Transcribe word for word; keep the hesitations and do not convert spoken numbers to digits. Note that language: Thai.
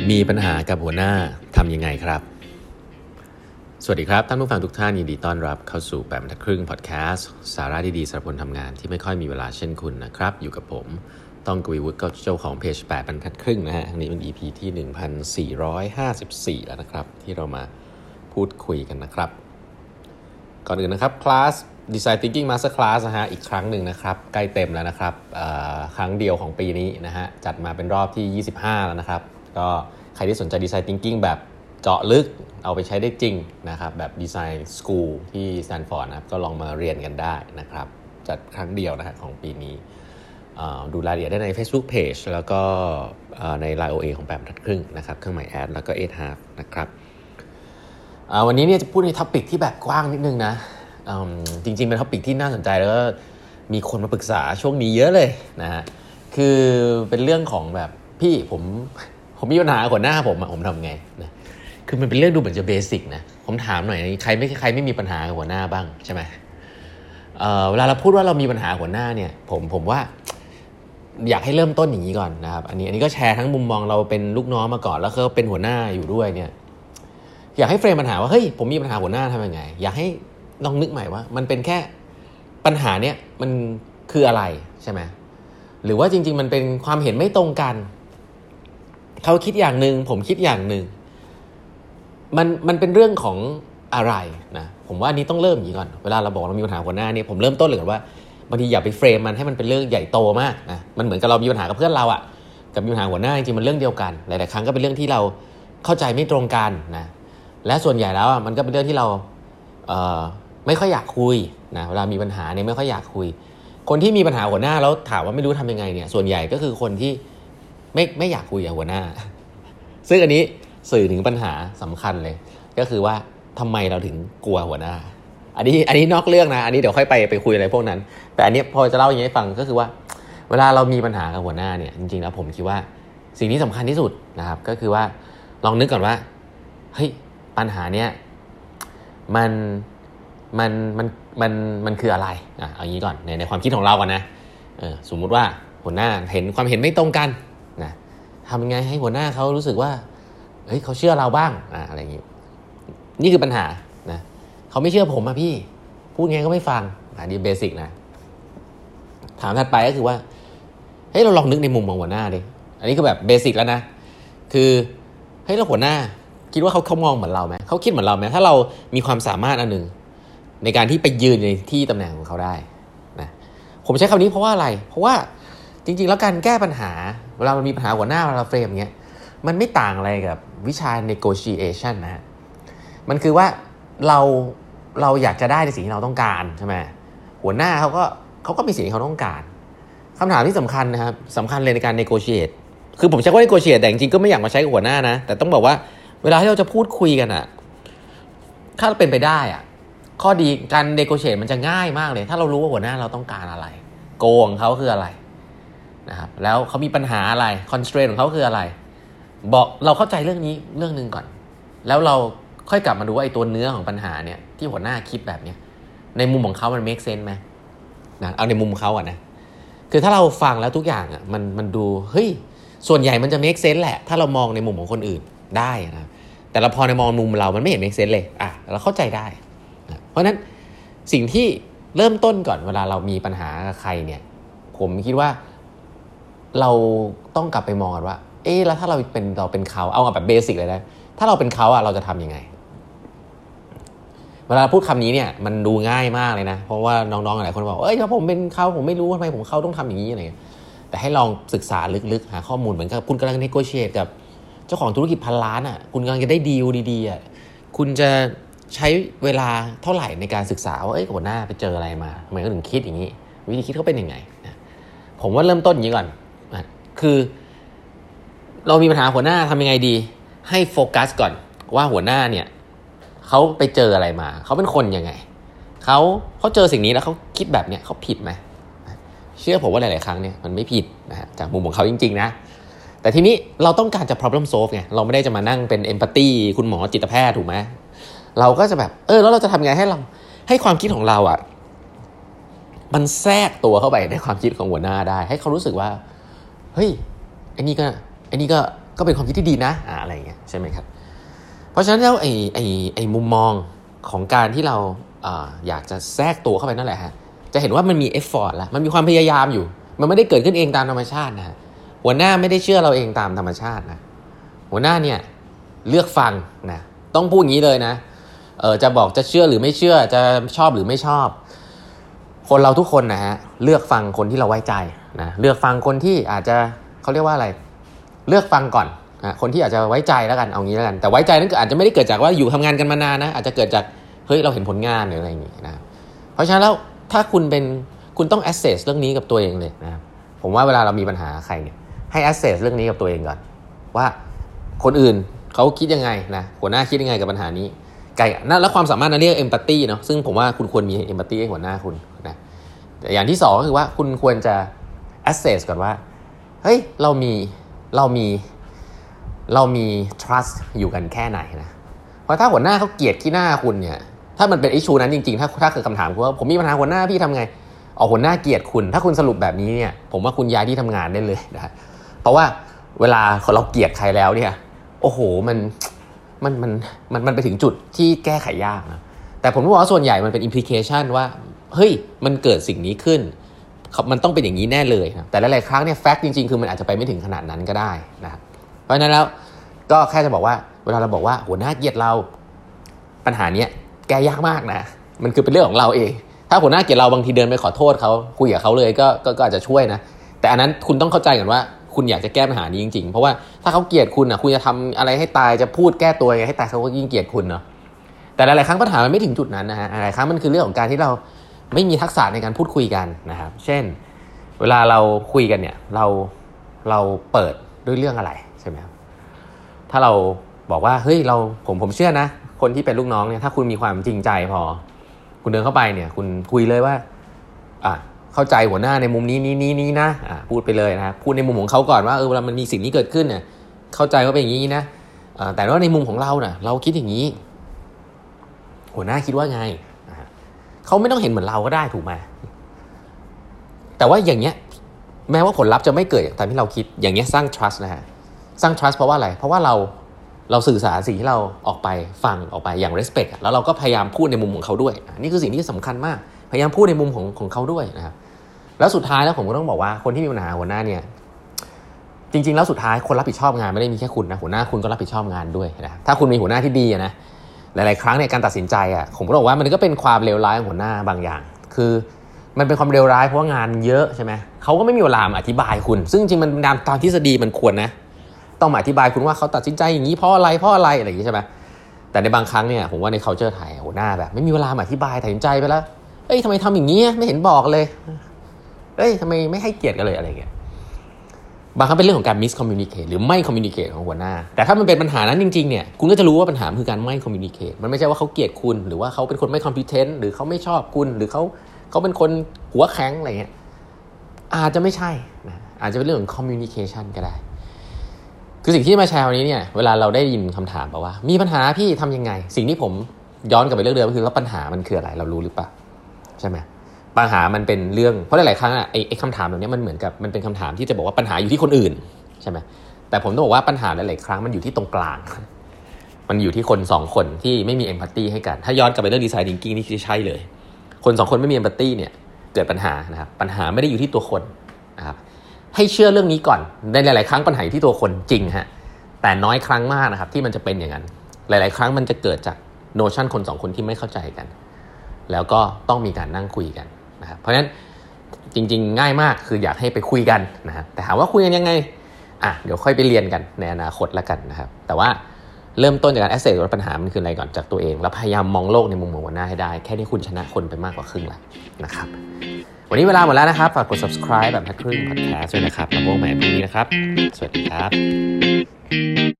มีปัญหากับหัวหน้าทำยังไงครับสวัสดีครับท่านผู้ฟังทุกท่านยินดีต้อนรับเข้าสู่แปดบรรทัดครึ่งพอดแคสต์สาระดีๆสำหรับคนทำงานที่ไม่ค่อยมีเวลาเช่นคุณนะครับอยู่กับผมต้องกวีวุฒิเจ้าของเพจแปดบรรทัดครึ่งนะฮะอันนี้เป็น อี พี ที่ หนึ่งพันสี่ร้อยห้าสิบสี่ แล้วนะครับที่เรามาพูดคุยกันนะครับก่อนอื่นนะครับคลาส Design Thinking Master Class นะฮะอีกครั้งหนึ่งนะครับใกล้เต็มแล้วนะครับครั้งเดียวของปีนี้นะฮะจัดมาเป็นรอบที่ยี่สิบห้าแล้วนะครับก็ใครที่สนใจ Design Thinking แบบเจาะลึกเอาไปใช้ได้จริงนะครับแบบ Design School ที่ Stanford นะครับก็ลองมาเรียนกันได้นะครับจัดครั้งเดียวนะฮะของปีนี้ดูรายละเอียดได้ใน Facebook Page แล้วก็ใน ไลน์ โอ เอ ของแปดบรรทัดครึ่งนะครับเครื่องหมายแอดแล้วก็ eight half นะครับวันนี้เนี่ยจะพูดในท็อปิกที่แบบกว้างนิดนึงนะจริงๆเป็นท็อปิกที่น่าสนใจแล้วก็มีคนมาปรึกษาช่วงนี้เยอะเลยนะฮะคือเป็นเรื่องของแบบพี่ผมผมมีปัญหาหัวหน้าผมผมทำไงนะคือมันเป็นเรื่องดูเหมือนจะเบสิกนะผมถามหน่อยใครไม่ใครไม่มีปัญหากับหัวหน้าบ้างใช่ไหมเอ่อเวลาเราพูดว่าเรามีปัญหาหัวหน้าเนี่ยผมผมว่าอยากให้เริ่มต้นอย่างนี้ก่อนนะครับอันนี้อันนี้ก็แชร์ทั้งมุมมองเราเป็นลูกน้องมาก่อนแล้วก็เป็นหัวหน้าอยู่ด้วยเนี่ยอยากให้เฟรมปัญหาว่าเฮ้ยผมมีปัญหาหัวหน้าทำยังไงอยากให้ลองนึกใหม่ว่ามันเป็นแค่ปัญหาเนี่ยมันคืออะไรใช่ไหมหรือว่าจริงๆมันเป็นความเห็นไม่ตรงกันเขาคิดอย่างนึงผมคิดอย่างนึงมันมันเป็นเรื่องของอะไรนะผมว่าอันนี้ต้องเริ่มอย่างนี้ก่อนเวลาเราบอกเรามีปัญหาหัวหน้าเนี่ยผมเริ่มต้นเลยก่อนว่าบางทีอย่าไปเฟรมมันให้มันเป็นเรื่องใหญ่โตมากนะมันเหมือนกับเรามีปัญหากับเพื่อนเราอ่ะกับมีปัญหาหัวหน้าจริงๆมันเรื่องเดียวกันหลายๆครั้งก็เป็นเรื่องที่เราเข้าใจไม่ตรงกันนะและส่วนใหญ่แล้วอ่ะมันก็เป็นเรื่องที่เราเอ่อไม่ค่อยอยากคุยนะเวลามีปัญหาเนี่ยไม่ค่อยอยากคุยคนที่มีปัญหาหัวหน้าแล้วถามว่าไม่รู้ทำยังไงเนี่ยส่วนใหญ่ก็คือคนที่ไม่ไม่อยากคุยกับหัวหน้าซึ่งอันนี้สื่อถึงปัญหาสำคัญเลยก็คือว่าทำไมเราถึงกลัวหัวหน้าอันนี้อันนี้นอกเรื่องนะอันนี้เดี๋ยวค่อยไปไปคุยอะไรพวกนั้นแต่อันนี้พอจะเล่าอย่างนี้ให้ฟังก็คือว่าเวลาเรามีปัญหากับหัวหน้าเนี่ยจริงๆแล้วผมคิดว่าสิ่งที่สำคัญที่สุดนะครับก็คือว่าลองนึกก่อนว่าเฮ้ยปัญหาเนี้ยมันมันมันมันมันคืออะไรอ่ะเอางี้ก่อนในในความคิดของเราก่อนนะเออสมมุติว่าหัวหน้าเห็นความเห็นไม่ตรงกันนะทำยังไงให้หัวหน้าเขารู้สึกว่าเฮ้ยเขาเชื่อเราบ้างอ่ะอะไรอย่างงี้นี่คือปัญหานะเขาไม่เชื่อผมอ่ะพี่พูดไงก็ไม่ฟังอันนี้เบสิกนะถามถัดไปก็คือว่าเฮ้ยเราลองนึกในมุมของหัวหน้าดิอันนี้คือแบบเบสิกแล้วนะคือเฮ้ยเราหัวหน้าคิดว่าเขาเขามองเหมือนเราไหมเขาคิดเหมือนเราไหมถ้าเรามีความสามารถอันหนึ่งในการที่ไปยืนในที่ตำแหน่งของเขาได้นะผมใช้คำนี้เพราะว่าอะไรเพราะว่าจริงๆแล้วการแก้ปัญหาเวลาเรามีปัญหาหัวหน้าเราเฟรมอย่างเงี้ยมันไม่ต่างอะไรกับวิชา negotiation นะฮะมันคือว่าเราเราอยากจะได้ในสิ่งที่เราต้องการใช่ไหมหัวหน้าเขาก็เขาก็มีสิ่งที่เขาต้องการคำถามที่สำคัญนะครับสำคัญเลยในการ negotiate คือผมใช้ว่า negotiate แต่จริงๆก็ไม่อยากมาใช้กับหัวหน้านะแต่ต้องบอกว่าเวลาที่เราจะพูดคุยกันอะถ้าเป็นไปได้อะข้อดีการ negotiate มันจะง่ายมากเลยถ้าเรารู้ว่าหัวหน้าเราต้องการอะไรโกงเขาคืออะไรนะครับแล้วเขามีปัญหาอะไร constraint ของเขาคืออะไรบอกเราเข้าใจเรื่องนี้เรื่องนึงก่อนแล้วเราค่อยกลับมาดูว่าไอ้ตัวเนื้อของปัญหาเนี่ยที่หัวหน้าคิดแบบเนี้ยในมุมของเขามัน make sense ไหมนะเอาในมุมเขาอ่ะนะคือถ้าเราฟังแล้วทุกอย่างอ่ะมันมันดูเฮ้ยส่วนใหญ่มันจะ make sense แหละถ้าเรามองในมุมของคนอื่นได้นะแต่เราพอในมองมุมเรามันไม่เห็น make sense เลยอ่ะเราเข้าใจได้นะเพราะนั้นสิ่งที่เริ่มต้นก่อนเวลาเรามีปัญหากับใครเนี่ยผมคิดว่าเราต้องกลับไปมองกันว่าเอ๊ะแล้วถ้าเราเป็นเราเป็นเขาเอาแบบเบสิกเลยนะถ้าเราเป็นเขาอ่ะเราจะทำยังไงเวลาพูดคำนี้เนี่ยมันดูง่ายมากเลยนะเพราะว่าน้องๆหลายคนบอกเอ้ยถ้าผมเป็นเขาผมไม่รู้ทำไมผมเขาต้องทำอย่างนี้อะไรเงี้ยแต่ให้ลองศึกษาลึกๆหาข้อมูลเหมือนกับคุณกำลังเนโกเชียตกับเจ้าของธุรกิจพันล้านอ่ะคุณกำลังจะได้ดีลดีๆอ่ะคุณจะใช้เวลาเท่าไหร่ในการศึกษาว่าเอ้ยหัวหน้าไปเจออะไรมาทำไมเขาถึงคิดอย่างนี้วิธีคิดเขาเป็นยังไงนะผมว่าเริ่มต้นอย่างนี้ก่อนนะคือเรามีปัญหาหัวหน้าทำยังไงดีให้โฟกัสก่อนว่าหัวหน้าเนี่ยเขาไปเจออะไรมาเขาเป็นคนยังไงเขาเขาเจอสิ่งนี้แล้วเขาคิดแบบเนี้ยเขาผิดไหมเชื่อผมว่าหลายๆครั้งเนี่ยมันไม่ผิดนะฮะจากมุมของเขาจริงๆนะแต่ทีนี้เราต้องการจะ problem solve ไงเราไม่ได้จะมานั่งเป็น empathy คุณหมอจิตแพทย์ถูกไหมเราก็จะแบบเออแล้วเราจะทำไงให้เราให้ความคิดของเราอ่ะมันแทรกตัวเข้าไปในความคิดของหัวหน้าได้ให้เขารู้สึกว่าเฮ้ยไอ้นี่ก็ไอ้นี่ก็ก็เป็นความคิดที่ดีนะอ่าอะไรอย่างเงี้ยใช่ไหมครับเพราะฉะนั้นแล้วไอ้ไอ้ไอ้มุมมองของการที่เราอ่าอยากจะแทรกตัวเข้าไปนั่นแหละฮะจะเห็นว่ามันมีเอฟฟอร์ตแล้วมันมีความพยายามอยู่มันไม่ได้เกิดขึ้นเองตามธรรมชาตินะฮะหัวหน้าไม่ได้เชื่อเราเองตามธรรมชาตินะหัวหน้าเนี่ยเลือกฟังนะต้องพูดอย่างนี้เลยนะเออจะบอกจะเชื่อหรือไม่เชื่อจะชอบหรือไม่ชอบคนเราทุกคนนะฮะเลือกฟังคนที่เราไว้ใจนะเลือกฟังคนที่อาจจะเขาเรียกว่าอะไรเลือกฟังก่อนนะคนที่อาจจะไว้ใจแล้วกันเอางี้แล้วกันแต่ไว้ใจนั้นอาจจะไม่ได้เกิดจากว่าอยู่ทำงานกันมานานนะอาจจะเกิดจากเฮ้ยเราเห็นผลงานหรืออะไรอย่างงี้นะเพราะฉะนั้นแล้วถ้าคุณเป็นคุณต้อง assess เรื่องนี้กับตัวเองเลยนะผมว่าเวลาเรามีปัญหาใครเนี่ยให้ assess เรื่องนี้กับตัวเองก่อนว่าคนอื่นเขาคิดยังไงนะหัวหน้าคิดยังไงกับปัญหานี้ไกลนั่นแล้วความสามารถนั้นเรียก empathy เนาะซึ่งผมว่าคุณควรมี empathy ให้หัวหน้าคุณนะแต่อย่างที่สองก็คือว่าคุณควรจะ assess ก่อนว่าเฮ้ยเรามีเรามีเรามี trust อยู่กันแค่ไหนนะเพราะถ้าหัวหน้าเขาเกลียดขี้หน้าคุณเนี่ยถ้ามันเป็น issue นั้นจริงๆถ้าถ้าเกิดคำถามคือว่าผมมีปัญหาหัวหน้าพี่ทำไงอ๋อหัวหน้าเกลียดคุณถ้าคุณสรุปแบบนี้เนี่ยผมว่าคุณย้ายที่ทำงานได้เลยนะเพราะว่าเวลาเราเกลียดใครแล้วเนี่ยโอ้โหมันมันมันมันมันไปถึงจุดที่แก้ไขยากนะแต่ผมบอกว่าส่วนใหญ่มันเป็น implication ว่าเฮ้ยมันเกิดสิ่งนี้ขึ้นมันต้องเป็นอย่างนี้แน่เลยนะแต่หลายๆครั้งเนี่ย fact จริงๆคือมันอาจจะไปไม่ถึงขนาดนั้นก็ได้นะเพราะฉะนั้นแล้วก็แค่จะบอกว่าเวลาเราบอกว่าหัวหน้าเกลียดเราปัญหานี้แก้ยากมากนะมันคือเป็นเรื่องของเราเองถ้าหัวหน้าเกลียดเราบางทีเดินไปขอโทษเขาคุยกับเขาเลยก็ก็ก็อาจจะช่วยนะแต่อันนั้นคุณต้องเข้าใจก่อนว่าคุณอยากจะแก้ปัญหานี้จริงๆเพราะว่าถ้าเขาเกลียดคุณอ่ะคุณจะทำอะไรให้ตายจะพูดแก้ตัวยังไงให้ตายเขาก็ยิ่งเกลียดคุณเนาะแต่หลายๆครั้งปัญหามันไม่ถึงจุดนั้นนะฮะหลายครั้งมันคือเรื่องของการที่เราไม่มีทักษะในการพูดคุยกันนะครับเช่นเวลาเราคุยกันเนี่ยเราเราเปิดด้วยเรื่องอะไรใช่ไหมครับถ้าเราบอกว่าเฮ้ยเราผมผมเชื่อนะคนที่เป็นลูกน้องเนี่ยถ้าคุณมีความจริงใจพอคุณเดินเข้าไปเนี่ยคุณคุยเลยว่าอ่ะเข้าใจหัวหน้าในมุมนี้นี้นี้นี้นะอ่ะพูดไปเลยนะพูดในมุมของเขาก่อนว่าเออเวลามันมีสิ่งนี้เกิดขึ้นเนี่ยเข้าใจว่าเป็นอย่างนี้นะอ่าแต่ว่าในมุมของเราน่ะเราคิดอย่างนี้หัวหน้าคิดว่าไงเขาไม่ต้องเห็นเหมือนเราก็ได้ถูกไหมแต่ว่าอย่างเงี้ยแม้ว่าผลลัพธ์จะไม่เกิดอย่างตามที่เราคิดอย่างเงี้ยสร้าง trust นะฮะสร้าง trust เพราะว่าอะไรเพราะว่าเราเราสื่อสารสิ่งที่เราออกไปฟังออกไปอย่าง respect แล้วเราก็พยายามพูดในมุมของเขาด้วยนี่คือสิ่งที่สำคัญมากพยายามพูดในมุมของของเขาด้วยนะครับแล้วสุดท้ายแล้วผมก็ต้องบอกว่าคนที่มีปัญหาหัวหน้าเนี่ยจริงๆแล้วสุดท้ายคนรับผิดชอบงานไม่ได้มีแค่คุณนะหัวหน้าคุณก็รับผิดชอบงานด้วยนะถ้าคุณมีหัวหน้าที่ดีนะหลายๆครั้งในการตัดสินใจอ่ะผมก็บอกว่ามันก็เป็นความเลวร้ายของหัวหน้าบางอย่างคือมันเป็นความเลวร้ายเพราะว่างานเยอะใช่ไหมเขาก็ไม่มีเวลามาอธิบายคุณซึ่งจริงมันตามทฤษฎีมันควรนะต้องมาอธิบายคุณว่าเขาตัดสินใจอย่างนี้เพราะอะไรเพราะอะไรอะไรอย่างนี้ใช่ไหมแต่ในบางครั้งเนี่ยผมว่าใน culture ไทยหัวหน้าแบบไม่มีเวลามาอธิบายตัดสินใจไปแล้วเอ้ยทำไมทำอย่างนี้ไม่เห็นบอกเลยเอ้ยทำไมไม่ให้เกียรติกันเลยอะไรอย่างเงี้ยบางครั้งเป็นเรื่องของการ miscommunicate หรือไม่ communicate ของหัวหน้าแต่ถ้ามันเป็นปัญหานั้นจริงๆเนี่ยคุณก็จะรู้ว่าปัญหาคือการไม่ communicate มันไม่ใช่ว่าเขาเกลียดคุณหรือว่าเขาเป็นคนไม่ competent หรือเขาไม่ชอบคุณหรือเขาเขาเป็นคนหัวแข็งอะไรเงี้ยอาจจะไม่ใช่นะอาจจะเป็นเรื่องของ communication ก็ได้คือสิ่งที่มาแชร์วันนี้เนี่ยเวลาเราได้ยินคำถามบอกว่ามีปัญหาพี่ทำยังไงสิ่งที่ผมย้อนกลับไปเรื่องเดิมก็คือว่าปัญหามันคืออะไรเรารู้หรือเปล่าใช่ไหมปัญหามันเป็นเรื่องเพราะหลายๆครั้งอ่ะไอ้ไอ้คำถามแบบนี้มันเหมือนกับมันเป็นคำถามที่จะบอกว่าปัญหาอยู่ที่คนอื่นใช่ไหมแต่ผมต้องบอกว่าปัญหาหลายๆครั้งมันอยู่ที่ตรงกลางมันอยู่ที่คนสองคนที่ไม่มีเอมพัตตีให้กันถ้าย้อนกลับไปเรื่องดีไซน์ทิงกิ้งนี่คือใช่เลยคนสองคนไม่มีเอมพัตตีเนี่ยเกิดปัญหานะครับปัญหาไม่ได้อยู่ที่ตัวคนนะครับให้เชื่อเรื่องนี้ก่อนในหลายๆครั้งปัญหาอยู่ที่ตัวคนจริงฮะแต่น้อยครั้งมากนะครับที่มันจะเป็นอย่างนั้นหลายๆครั้งมันจะเกิดจากโนชั่นคนสองคนที่ไม่เข้าใจกันแล้วก็ต้องมีการนั่งคุยกันนะครับเพราะฉะนั้นจริงๆง่ายมากคืออยากให้ไปคุยกันนะครับแต่ถามว่าคุยกันยังไงอ่ะเดี๋ยวค่อยไปเรียนกันในอนาคตละกันนะครับแต่ว่าเริ่มต้นจากการแอสเซสว่าปัญหามันคืออะไรก่อนจากตัวเองแล้วพยายามมองโลกในมุมของหัวหน้าให้ได้แค่นี้คุณชนะคนไปมากกว่าครึ่งแล้วนะครับวันนี้เวลาหมดแล้วนะครับฝากกด subscribe แบบทักครึ่ง podcast ด้วยนะครับแล้วพบกันใหม่พรุ่งนี้นะครับสวัสดีครับ